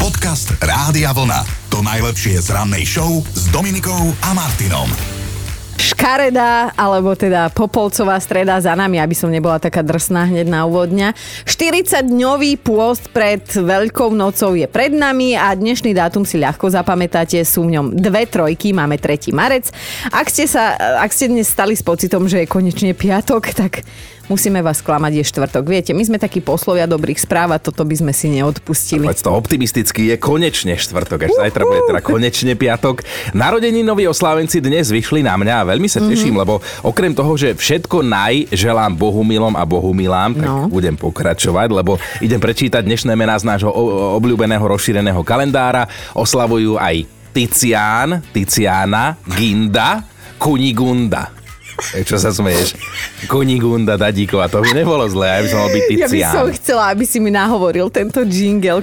Podcast Rádia Vlna. To najlepšie z rannej show s Dominikou a Martinom. Škaredá, alebo teda popolcová streda za nami, aby som nebola taká drsná hneď na úvod dňa. 40-dňový pôst pred Veľkou nocou je pred nami a dnešný dátum si ľahko zapamätáte, sú v ňom 2 trojky, máme 3. marec. Ak ste dnes stali s pocitom, že je konečne piatok, tak musíme vás sklamať, je štvrtok. Viete, my sme takí poslovia dobrých správ a toto by sme si neodpustili. Poď to optimisticky, je konečne štvrtok, až zajtra bude teda konečne piatok. Narodeninoví oslávenci dnes vyšli na mňa a veľmi sa teším, lebo okrem toho, že všetko želám Bohumilom a Bohumilám, tak budem pokračovať, lebo idem prečítať dnešné mená z nášho obľúbeného rozšíreného kalendára. Oslavujú aj Ticián, Ticiána, Ginda, Kunigunda. Čo sa smeješ? Kunigunda, Dadíková, to by nebolo zlé, ja by som mal byť Ticián. Ja by som chcela, aby si mi nahovoril tento jingle.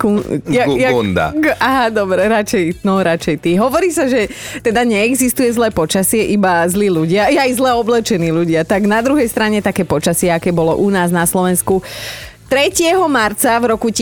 Gunda. Aha, dobre, radšej ty. Hovorí sa, že teda neexistuje zlé počasie, iba zlí ľudia, aj zle oblečení ľudia. Tak na druhej strane také počasie, aké bolo u nás na Slovensku 3. marca v roku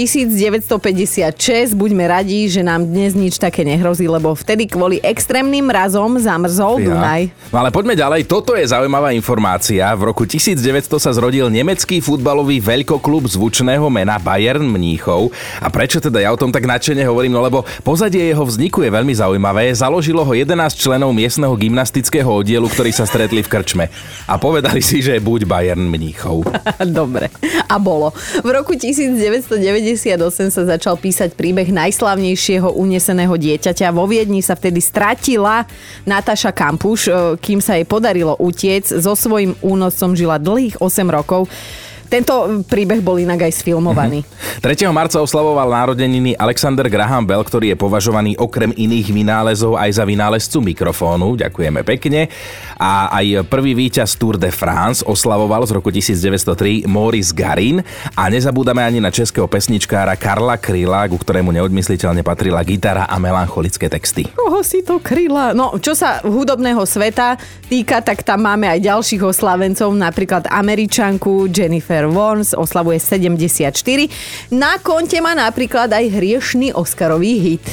1956. Buďme radi, že nám dnes nič také nehrozí, lebo vtedy kvôli extrémnym mrazom zamrzol Dunaj. No ale poďme ďalej. Toto je zaujímavá informácia. V roku 1900 sa zrodil nemecký futbalový veľkoklub zvučného mena Bayern Mníchov. A prečo teda ja o tom tak nadšene hovorím? No lebo pozadie jeho vzniku je veľmi zaujímavé. Založilo ho 11 členov miestneho gymnastického oddielu, ktorí sa stretli v krčme. A povedali si, že buď Bayern Mníchov. Dobre. A bolo. V roku 1998 sa začal písať príbeh najslavnejšieho uneseného dieťaťa. Vo Viedni sa vtedy stratila Natáša Kampuš, kým sa jej podarilo utiec. So svojím únoscom žila dlhých 8 rokov. Tento príbeh bol inak aj sfilmovaný. 3. marca oslavoval narodeniny Alexander Graham Bell, ktorý je považovaný okrem iných vynálezov aj za vynálezcu mikrofónu. Ďakujeme pekne. A aj prvý víťaz Tour de France oslavoval z roku 1903 Maurice Garin. A nezabúdame ani na českého pesničkára Karla Kryla, ku ktorému neodmysliteľne patrila gitara a melancholické texty. Koho si to Kryla? No, čo sa hudobného sveta týka, tak tam máme aj ďalších oslávencov, napríklad Američanku Jennifer Warnes, oslavuje 74. Na konte má napríklad aj hriešny Oscarový hit.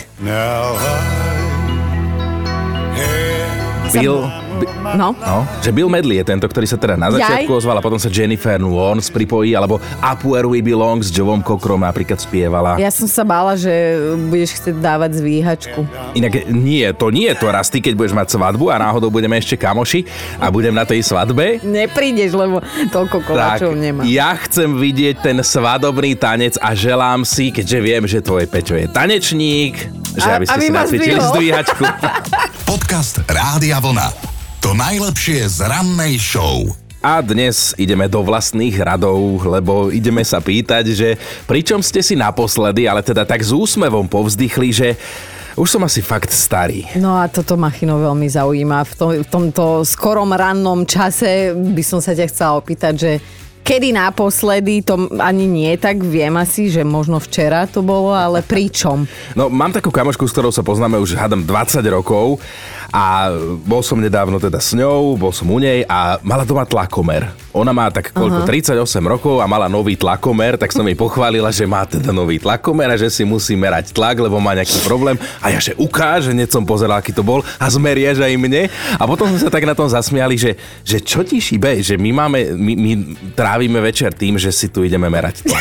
Že Bill Medley je tento, ktorý sa teda na začiatku ozval a potom sa Jennifer Warnes pripojí, alebo Up Where We Belong s Joeom Cockerom napríklad spievala. Ja som sa bála, že budeš chcieť dávať zvíhačku. Inak nie je to raz ty, keď budeš mať svadbu a náhodou budeme ešte kamoši a budem na tej svadbe. Neprídeš, lebo toľko koláčov nemám. Ja chcem vidieť ten svadobný tanec a želám si, keďže viem, že tvoj Peťo je tanečník, že aby ste si nacvičili zdvíhačku. Podcast Rádia Vlna. To najlepšie z rannej show. A dnes ideme do vlastných radov, lebo ideme sa pýtať, že pričom ste si naposledy, ale teda tak s úsmevom povzdychli, že už som asi fakt starý. No a toto ma, Chino, veľmi zaujíma. V tomto skorom rannom čase by som sa ťa chcela opýtať, že kedy naposledy, to ani nie, tak viem asi, že možno včera to bolo, ale pričom? No, mám takú kamošku, s ktorou sa poznáme už hádam 20 rokov a bol som nedávno teda s ňou, bol som u nej a mala doma tlakomer. Ona má tak 38 rokov a mala nový tlakomer, tak som jej pochválila, že má teda nový tlakomer a že si musí merať tlak, lebo má nejaký problém. A ja, že ukáž, že hneď som pozeral, aký to bol a zmerieš aj mne. A potom sme sa tak na tom zasmiali, že čo ti šíbe, že my trávime večer tým, že si tu ideme merať tlak.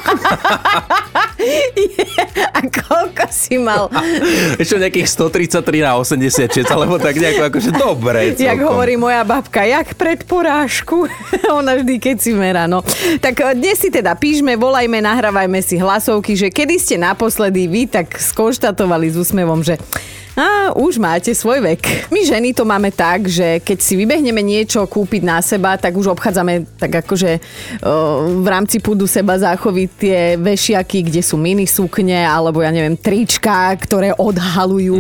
A koľko si mal? Ešte nejakých 133 na 86, alebo tak nejako akože dobre. Celkom. Jak hovorí moja babka, jak pred porážku. Ona vždy, keď si merá, no. Tak dnes si teda píšme, volajme, nahrávajme si hlasovky, že kedy ste naposledy vy tak skonštatovali s úsmevom, že už máte svoj vek. My ženy to máme tak, že keď si vybehneme niečo kúpiť na seba, tak už obchádzame tak akože v rámci púdu seba záchovy tie vešiaky, kde sú mini sukne, alebo ja neviem, trička, ktoré odhalujú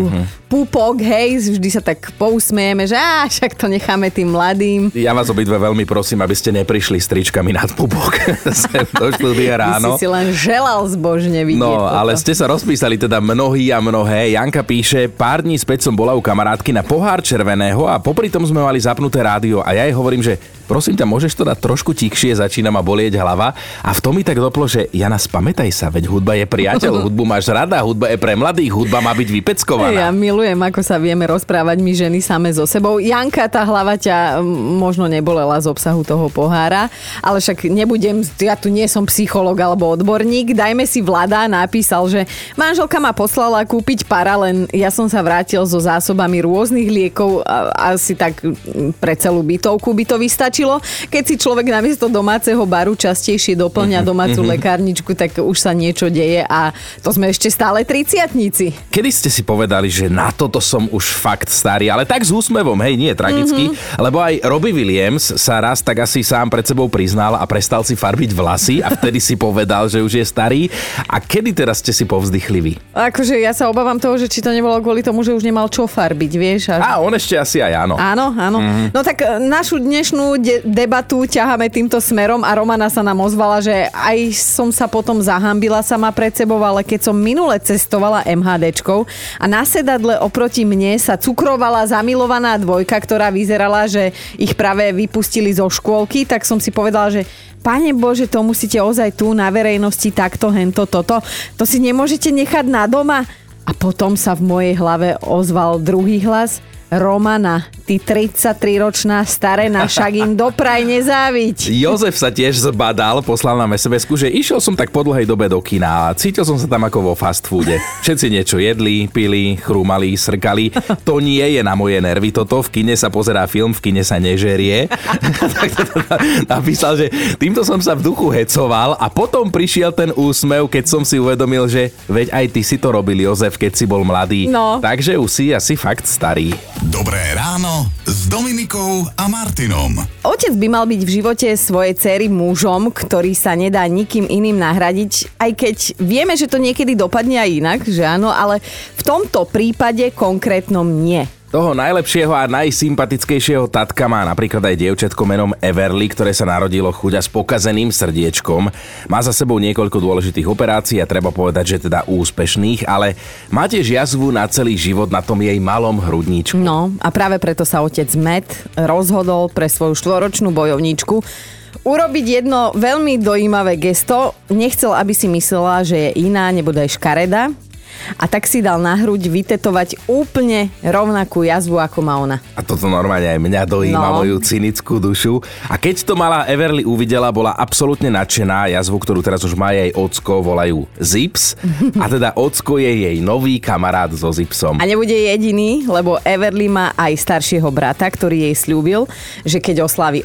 pupok, hej, vždy sa tak pousmieme, že však to necháme tým mladým. Ja vás obidve veľmi prosím, aby ste neprišli s tričkami nad pupok do štúdia ráno. Ty si len želal zbožne vidieť. No, toto. ale ste sa rozpísali teda mnohí a mnohé. Janka píše, pár dní späť som bola u kamarátky na pohár červeného a popri tom sme mali zapnuté rádio a ja jej hovorím, že prosím ťa, môžeš to dať trošku tikšie, začína ma bolieť hlava. A v tom mi tak doplo, že Jana, spamätaj sa, veď hudba je priateľ, hudbu máš rada, hudba je pre mladých, hudba má byť vypeckovaná. Ja milujem, ako sa vieme rozprávať my ženy same so sebou. Janka, tá hlava ťa možno nebolela z obsahu toho pohára, ale však nebudem, ja tu nie som psycholog alebo odborník, dajme si Vlada, napísal, že manželka ma poslala kúpiť Paralen, ja som sa vrátil so zásobami rôznych liekov, asi tak pre celú bytovku by to vystačilo. Keď si človek namiesto domáceho baru častejšie doplňa domácu lekárničku, tak už sa niečo deje a to sme ešte stále 30-tníci. Kedy ste si povedali, že na toto som už fakt starý, ale tak s úsmevom, hej, nie tragicky, lebo aj Robbie Williams sa raz tak asi sám pred sebou priznal a prestal si farbiť vlasy a vtedy si povedal, že už je starý. A kedy teraz ste si povzdychli vy? Akože ja sa obávam toho, že či to nebolo kvôli tomu, že už nemal čo farbiť, vieš? A on ešte asi aj áno. Áno. No tak našu dnešnú debatu ťaháme týmto smerom a Romana sa nám ozvala, že aj som sa potom zahambila sama pred sebou, ale keď som minule cestovala MHDčkou a na sedadle oproti mne sa cukrovala zamilovaná dvojka, ktorá vyzerala, že ich práve vypustili zo škôlky, tak som si povedala, že Pane Bože, to musíte ozaj tu na verejnosti takto, hento, toto. To si nemôžete nechať na doma? A potom sa v mojej hlave ozval druhý hlas. Romana, ty 33-ročná starena, však im dopraj nezáviť. Jozef sa tiež zbadal, poslal nám SMS-ku, že išiel som tak po dlhej dobe do kina a cítil som sa tam ako vo fast foode. Všetci niečo jedli, pili, chrúmali, srkali. To nie je na moje nervy toto. V kine sa pozerá film, v kine sa nežerie. Tak to napísal, že týmto som sa v duchu hecoval a potom prišiel ten úsmev, keď som si uvedomil, že veď aj ty si to robil, Jozef, keď si bol mladý. No. Takže už si asi fakt starý. Dobré ráno s Dominikou a Martinom. Otec by mal byť v živote svojej dcery mužom, ktorý sa nedá nikým iným nahradiť, aj keď vieme, že to niekedy dopadne aj inak, že áno, ale v tomto prípade konkrétnom nie. Toho najlepšieho a najsympatickejšieho tatka má napríklad aj dievčatko menom Everly, ktoré sa narodilo chuďa s pokazeným srdiečkom. Má za sebou niekoľko dôležitých operácií a treba povedať, že teda úspešných, ale má tiež jazvu na celý život na tom jej malom hrudníčku. No a práve preto sa otec Matt rozhodol pre svoju 4-ročnú bojovníčku urobiť jedno veľmi dojímavé gesto. Nechcel, aby si myslela, že je iná, nebodaj škareda. A tak si dal na hruď vytetovať úplne rovnakú jazvu, ako má ona. A toto normálne aj mňa dojíma, moju cynickú dušu. A keď to malá Everly uvidela, bola absolútne nadšená. Jazvu, ktorú teraz už má jej ocko, volajú Zips. A teda ocko je jej nový kamarát so Zipsom. A nebude jediný, lebo Everly má aj staršieho brata, ktorý jej sľúbil, že keď oslaví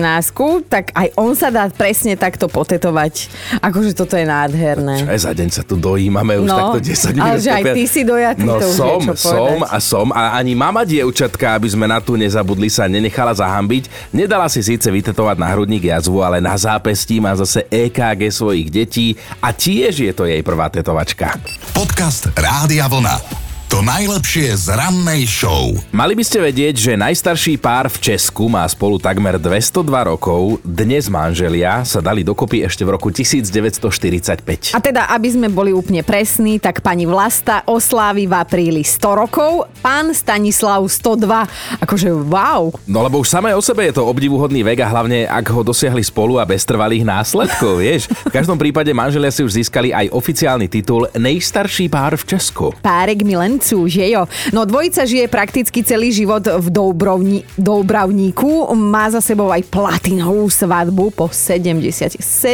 18, tak aj on sa dá presne takto potetovať. Akože toto je nádherné. Čo aj za deň sa tu dojímame už takto 10 ale že aj ty si dojatý, no to už je čo povedať. som a ani mama dievčatka, aby sme na tú nezabudli, sa nenechala zahambiť. Nedala si síce vytetovať na hrudník jazvu, ale na zápestí má zase EKG svojich detí a tiež je to jej prvá tetovačka. Podcast Rádia Vlna. To najlepšie z rannej show. Mali by ste vedieť, že najstarší pár v Česku má spolu takmer 202 rokov. Dnes manželia sa dali dokopy ešte v roku 1945. A teda, aby sme boli úplne presní, tak pani Vlasta oslávi v apríli 100 rokov, pán Stanislav 102. Akože wow. No lebo už samé o sebe je to obdivuhodný vek a hlavne ak ho dosiahli spolu a bez trvalých následkov, vieš. V každom prípade manželia si už získali aj oficiálny titul Nejstarší pár v Česku. Párek milenci, že jo? No dvojica žije prakticky celý život v Doubravníku. Má za sebou aj platinovú svadbu po 70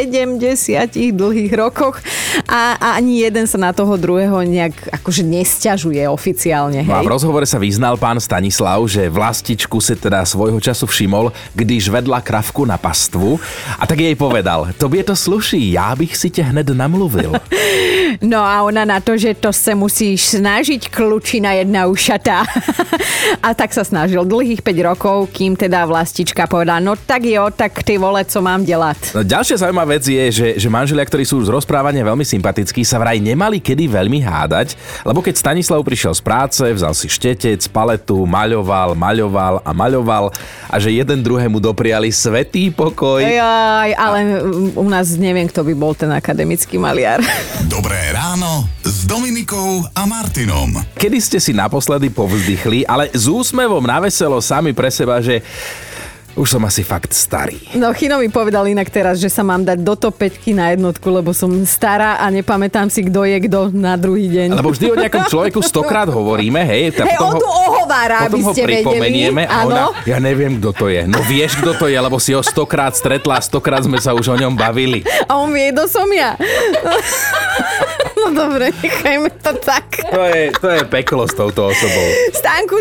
dlhých rokoch a ani jeden sa na toho druhého nejak akože nesťažuje oficiálne. Hej? No a v rozhovore sa vyznal pán Stanislav, že vlastičku si teda svojho času všimol, když vedla kravku na pastvu a tak jej povedal, tobě to sluší, já bych si tě hned namluvil. No a ona na to, že to se musíš snažiť, klučina jedna ušatá. A tak sa snažil dlhých 5 rokov, kým teda vlastička povedala, no tak jo, tak ty vole, co mám delať. No, ďalšia zaujímavá vec je, že manželia, ktorí sú z rozprávania veľmi sympatickí, sa vraj nemali kedy veľmi hádať, lebo keď Stanislav prišiel z práce, vzal si štetec, paletu, maľoval a že jeden druhému dopriali svätý pokoj. Jaj, ale u nás neviem, kto by bol ten akademický maliar. Dobré ráno s Dominikou a Martinom. Kedy ste si naposledy povzdychli, ale s úsmevom na veselo sami pre seba, že už som asi fakt starý. No, Chino mi povedal inak teraz, že sa mám dať do top 5 na jednotku, lebo som stará a nepamätám si, kto je kto na druhý deň. Lebo vždy o nejakom človeku 100-krát hovoríme, hej. On tu ohovára, aby ste vedeli. Potom ho pripomenieme a ona, ja neviem, kto to je. No vieš, kto to je, lebo si ho 100-krát stretla a 100-krát sme sa už o ňom bavili. A on vie, kto som ja. No dobre, nechajme to tak. To je peklo s touto osobou. Stanku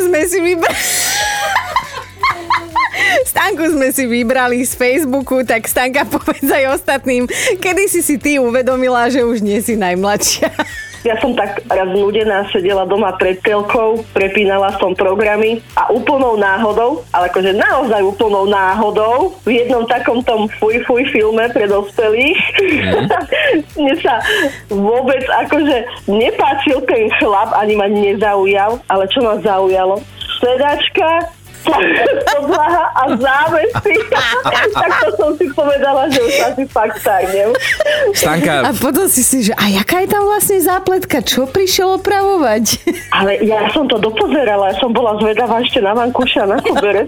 sme si vybrali z Facebooku, tak Stanka, povedz aj ostatným, kedy si ty uvedomila, že už nie si najmladšia? Ja som tak raz nudená sedela doma pred telkou, prepínala som programy a úplnou náhodou, ale akože naozaj úplnou náhodou, v jednom takom tom fuj filme pre dospelých, mne sa vôbec akože nepáčil ten chlap, ani ma nezaujal, ale čo ma zaujalo? Sedačka, podlaha a závesy. Takto som si povedala, že už asi fakt starnem. Stanka. A potom si, že a jaká je tam vlastne zápletka? Čo prišiel opravovať? Ale ja som to dopozerala, ja som bola zvedavá ešte na vankúša, na koberec.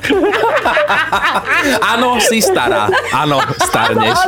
Áno, si stará. Áno, starneš.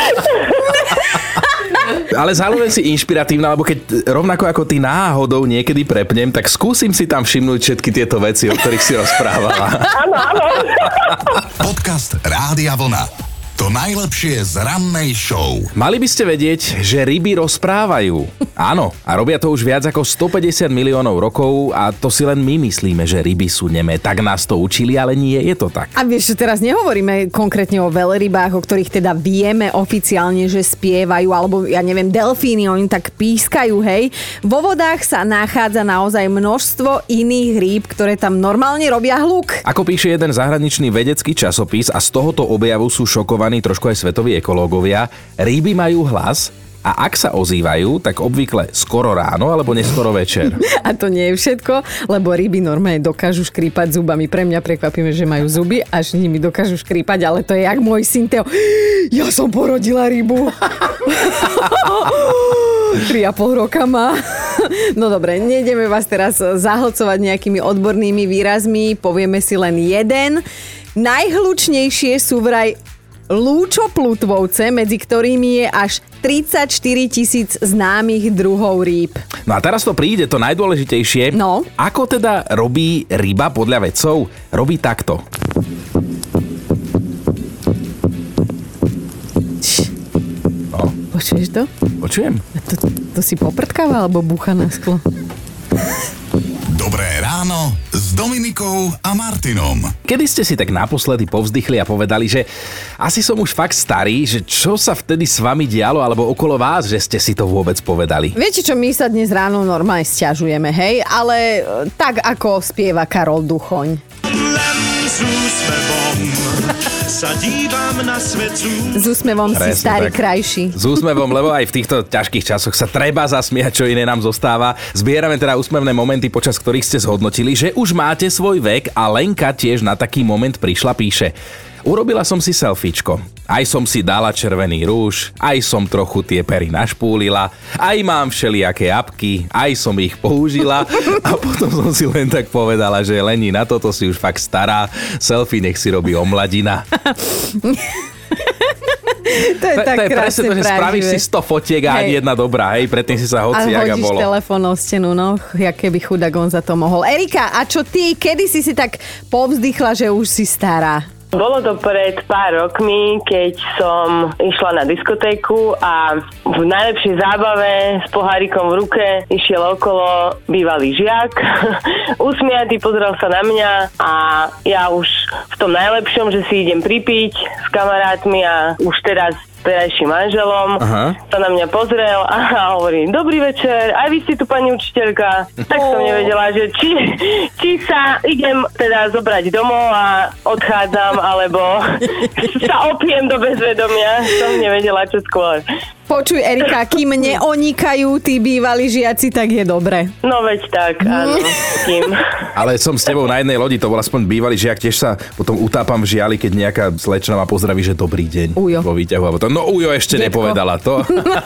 Ale zároveň si inšpiratívna, lebo keď rovnako ako ty náhodou niekedy prepnem, tak skúsim si tam všimnúť všetky tieto veci, o ktorých si rozprávala. Áno. Podcast Rádia Vlna. To najlepšie z rannej show. Mali by ste vedieť, že ryby rozprávajú. Áno, a robia to už viac ako 150 miliónov rokov a to si len my myslíme, že ryby sú nemé. Tak nás to učili, ale nie je to tak. A vieš, teraz nehovoríme konkrétne o veľrybách, o ktorých teda vieme oficiálne, že spievajú, alebo ja neviem, delfíny, oni tak pískajú, hej. Vo vodách sa nachádza naozaj množstvo iných rýb, ktoré tam normálne robia hluk. Ako píše jeden zahraničný vedecký časopis a z tohoto objavu sú šokovaní trošku aj svetoví ekológovia, ryby majú hlas a ak sa ozývajú, tak obvykle skoro ráno alebo neskoro večer. A to nie je všetko, lebo ryby normálne dokážu škrípať zubami. Pre mňa prekvapíme, že majú zuby, až nimi dokážu škrípať, ale to je jak môj syn Teo. Ja som porodila rybu. 3,5 roka má. No dobre, nejdeme vás teraz zahlcovať nejakými odbornými výrazmi, povieme si len jeden. Najhlučnejšie sú vraj lúčoplutvovce, medzi ktorými je až 34 000 známych druhov rýb. No a teraz to príde, to najdôležitejšie. No. Ako teda robí ryba podľa vedcov? Robí takto. No. Počuješ to? Počujem. To si poprtkáva alebo búcha na sklo? Dobré ráno s Dominikou a Martinom. Kedy ste si tak naposledy povzdychli a povedali, že asi som už fakt starý, že čo sa vtedy s vami dialo alebo okolo vás, že ste si to vôbec povedali? Viete čo, my sa dnes ráno normálne sťažujeme, hej? Ale tak ako spieva Karol Duchoň. Sa dívam na svet s úsmevom si starý krajší. S úsmevom, lebo aj v týchto ťažkých časoch sa treba zasmiať, čo iné nám zostáva. Zbierame teda úsmevné momenty, počas ktorých ste zhodnotili, že už máte svoj vek a Lenka tiež na taký moment prišla, píše: urobila som si selfiečko. Aj som si dala červený rúž, aj som trochu tie pery našpúlila, aj mám všelijaké apky, aj som ich použila a potom som si len tak povedala, že Leni, na toto si už fakt stará, selfie nech si robí omladina. To je presne to, že spravíš si 100 fotiek a ani jedna dobrá, hej, predtým si sa hociak a bolo. A hodíš telefón o stenu, no, jak keby chudák on za to mohol. Erika, a čo ty, kedy si tak povzdychla, že už si stará? Bolo to pred pár rokmi, keď som išla na diskotéku a v najlepšej zábave s pohárikom v ruke išiel okolo bývalý žiak. Usmiatý pozrel sa na mňa a ja už v tom najlepšom, že si idem pripiť s kamarátmi a už teraz terajším manželom. Sa na mňa pozrel a hovorí, dobrý večer, aj vy ste tu pani učiteľka. Tak som nevedela, že či sa idem teda zobrať domov a odchádzam, alebo sa opiem do bezvedomia. Som nevedela, čo skôr. Počuj, Erika, kým neonikajú tí bývalí žiaci, tak je dobre. No veď tak, áno, kým. Ale som s tebou na jednej lodi, to bol aspoň bývalý žiak, tiež sa potom utápam v žiali, keď nejaká slečna ma pozdraví, že dobrý deň. Ujo. Vo výťahu. A potom, no Ujo ešte Detko. nepovedala to.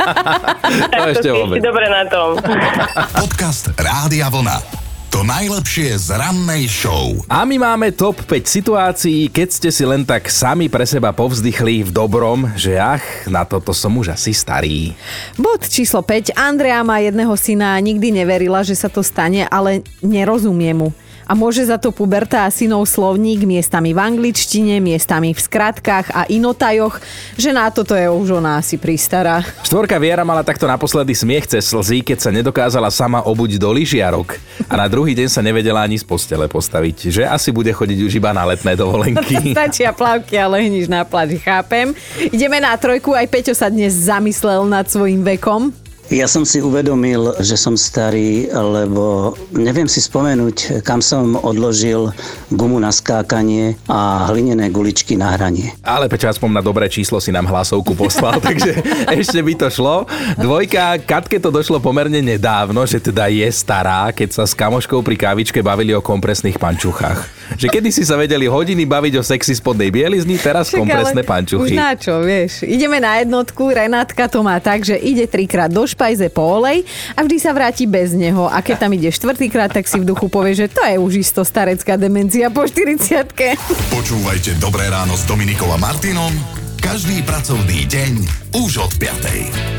Tak to si ešte dobre na tom. Podcast Rádia Vlna. To najlepšie z rannej show. A my máme top 5 situácií, keď ste si len tak sami pre seba povzdychli v dobrom, že na toto som už asi starý. Bod číslo 5. Andrea má jedného syna a nikdy neverila, že sa to stane, ale nerozumie mu. A môže za to puberta a synov slovník miestami v angličtine, miestami v skratkách a inotajoch, že na toto je už ona asi pristará. Štvorka Viera mala takto naposledy smiech cez slzy, keď sa nedokázala sama obuť do lyžiarok. A na druhý deň sa nevedela ani z postele postaviť, že asi bude chodiť už iba na letné dovolenky. Stačia plavky a lehniš na pláži, chápem. Ideme na trojku, aj Peťo sa dnes zamyslel nad svojím vekom. Ja som si uvedomil, že som starý, lebo neviem si spomenúť, kam som odložil gumu na skákanie a hlinené guličky na hranie. Ale Peťo, aspoň na dobré číslo si nám hlasovku poslal, takže ešte by to šlo. Dvojka, Katke to došlo pomerne nedávno, že teda je stará, keď sa s kamoškou pri kávičke bavili o kompresných pančuchách. Že kedysi sa vedeli hodiny baviť o sexy spodnej bielizni, teraz kompresné pančuchy. Už na čo, vieš. Ideme na jednotku, Renátka to má tak, že ide 3-krát do špajze po olej a vždy sa vráti bez neho. A keď tam ide 4-krát, tak si v duchu povie, že to je už isto starecká demencia po 40-ke. Počúvajte Dobré ráno s Dominikou a Martinom každý pracovný deň už od 5.